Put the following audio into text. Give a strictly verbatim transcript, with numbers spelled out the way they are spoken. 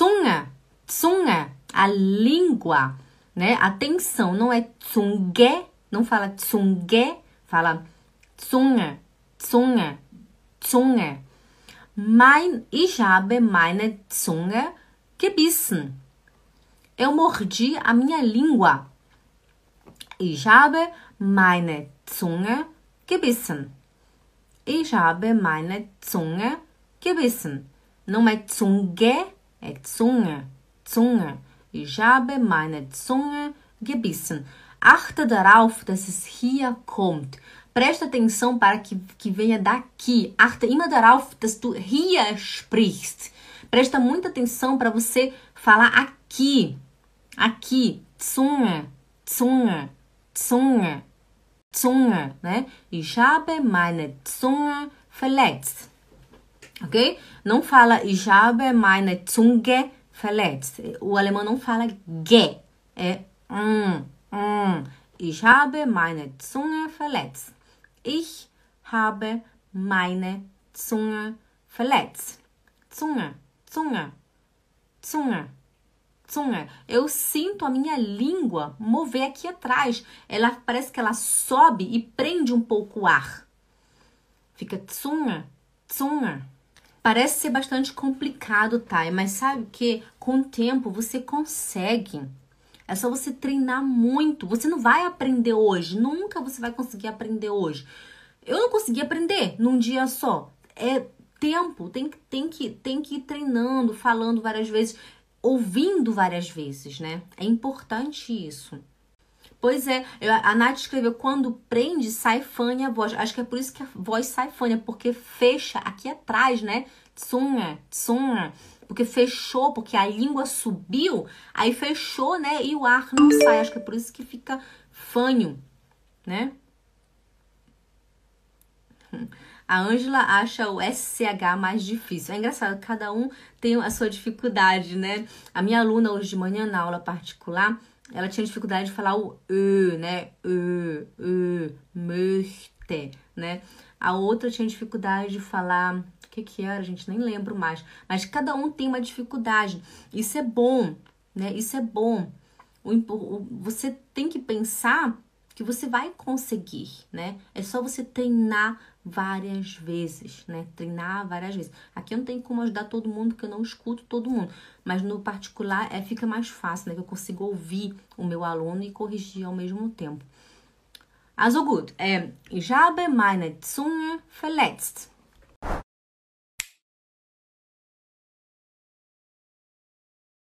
Zunge, Zunge, a língua, né? Atenção, não é Zunge, não fala Zunge, fala Zunge, Zunge, Zunge. Mein, ich habe meine Zunge gebissen. Eu mordi a minha língua. Ich habe meine Zunge gebissen. Ich habe meine Zunge gebissen. Não é Zunge, é Zunge, Zunge. Ich habe meine Zunge gebissen. Achte darauf, dass es hier kommt. Presta atenção para que, que venha daqui. Achte immer darauf, dass du hier sprichst. Presta muita atenção para você falar aqui. Aqui. Zunge, Zunge, Zunge, Zunge, né? Ich habe meine Zunge verletzt. Ok? Não fala ich habe meine Zunge verletzt. O alemão não fala ge. É mm, mm. Ich habe meine Zunge verletzt. Ich habe meine Zunge verletzt. Zunge, Zunge, Zunge, Zunge. Eu sinto a minha língua mover aqui atrás. Ela parece que ela sobe e prende um pouco o ar. Fica Zunge, Zunge. Parece ser bastante complicado, tá? Mas sabe que com o tempo você consegue. É só você treinar muito. Você não vai aprender hoje. Nunca você vai conseguir aprender hoje. Eu não consegui aprender num dia só. É tempo. Tem, tem, que, tem que ir treinando, falando várias vezes, ouvindo várias vezes, né? É importante isso. Pois é, a Nath escreveu, quando prende, sai fane a voz. Acho que é por isso que a voz sai fane, porque fecha aqui atrás, né? Zunge, Zunge. Porque fechou, porque a língua subiu, aí fechou, né? E o ar não sai. Acho que é por isso que fica fanho, né? A Ângela acha o S C H mais difícil. É engraçado, cada um tem a sua dificuldade, né? A minha aluna hoje de manhã, na aula particular, ela tinha dificuldade de falar o Ö, né? Ö, Ö, möchte, né? A outra tinha dificuldade de falar... O que que era, gente? Nem lembro mais. Mas cada um tem uma dificuldade. Isso é bom, né? Isso é bom. O, o, você tem que pensar que você vai conseguir, né? É só você treinar várias vezes, né? Treinar várias vezes. Aqui eu não tenho como ajudar todo mundo, porque eu não escuto todo mundo. Mas no particular é, fica mais fácil, né? Que eu consigo ouvir o meu aluno e corrigir ao mesmo tempo. Also gut, é, ich habe meine Zunge verletzt.